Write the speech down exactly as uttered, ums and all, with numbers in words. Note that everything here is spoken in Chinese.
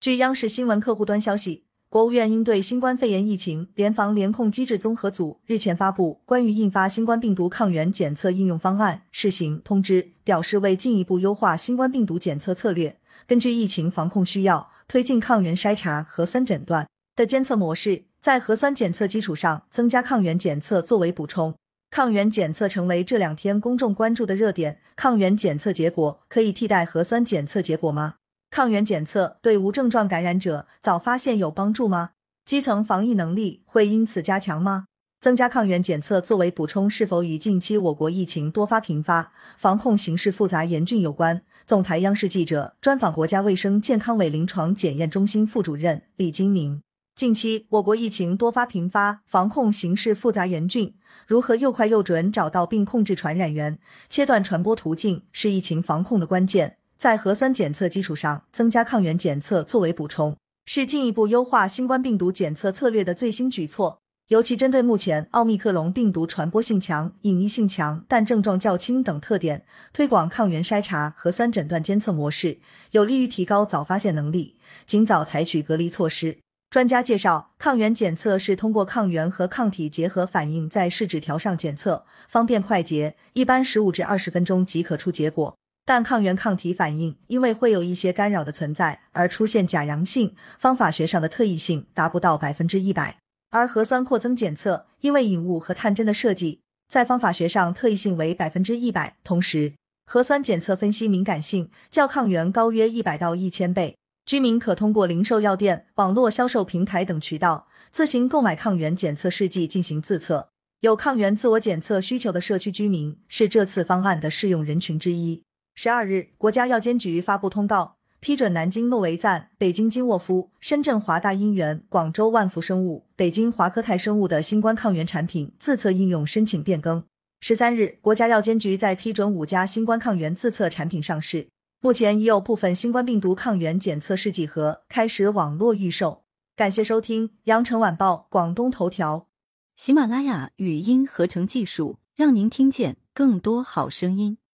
据央视新闻客户端消息，国务院应对新冠肺炎疫情联防联控机制综合组日前发布关于印发新冠病毒抗原检测应用方案试行通知，表示为进一步优化新冠病毒检测策略，根据疫情防控需要，推进抗原筛查、核酸诊断的监测模式，在核酸检测基础上增加抗原检测作为补充。抗原检测成为这两天公众关注的热点，抗原检测结果可以替代核酸检测结果吗？抗原检测对无症状感染者早发现有帮助吗？基层防疫能力会因此加强吗？增加抗原检测作为补充是否与近期我国疫情多发频发、防控形势复杂严峻有关？总台央视记者专访国家卫生健康委临床检验中心副主任李金明。近期我国疫情多发频发，防控形势复杂严峻，如何又快又准找到并控制传染源，切断传播途径，是疫情防控的关键。在核酸检测基础上增加抗原检测作为补充，是进一步优化新冠病毒检测策略的最新举措。尤其针对目前奥密克戎病毒传播性强、隐匿性强但症状较轻等特点，推广抗原筛查、核酸诊断监测模式，有利于提高早发现能力，尽早采取隔离措施。专家介绍，抗原检测是通过抗原和抗体结合反应在试纸条上检测，方便快捷，一般十五至二十分钟即可出结果。但抗原抗体反应因为会有一些干扰的存在而出现假阳性，方法学上的特异性达不到百分之一百。而核酸扩增检测因为引物和探针的设计，在方法学上特异性为百分之一百。同时，核酸检测分析敏感性较抗原高约一百到一千倍。居民可通过零售药店、网络销售平台等渠道自行购买抗原检测试剂进行自测。有抗原自我检测需求的社区居民是这次方案的适用人群之一。十二日，国家药监局发布通告，批准南京诺维赞、北京金沃夫、深圳华大因源、广州万福生物、北京华科泰生物的新冠抗原产品自测应用申请变更。十三日，国家药监局在批准五家新冠抗原自测产品上市，目前已有部分新冠病毒抗原检测试剂盒开始网络预售。感谢收听羊城晚报广东头条。 喜马拉雅语音合成技术，让您听见更多好声音。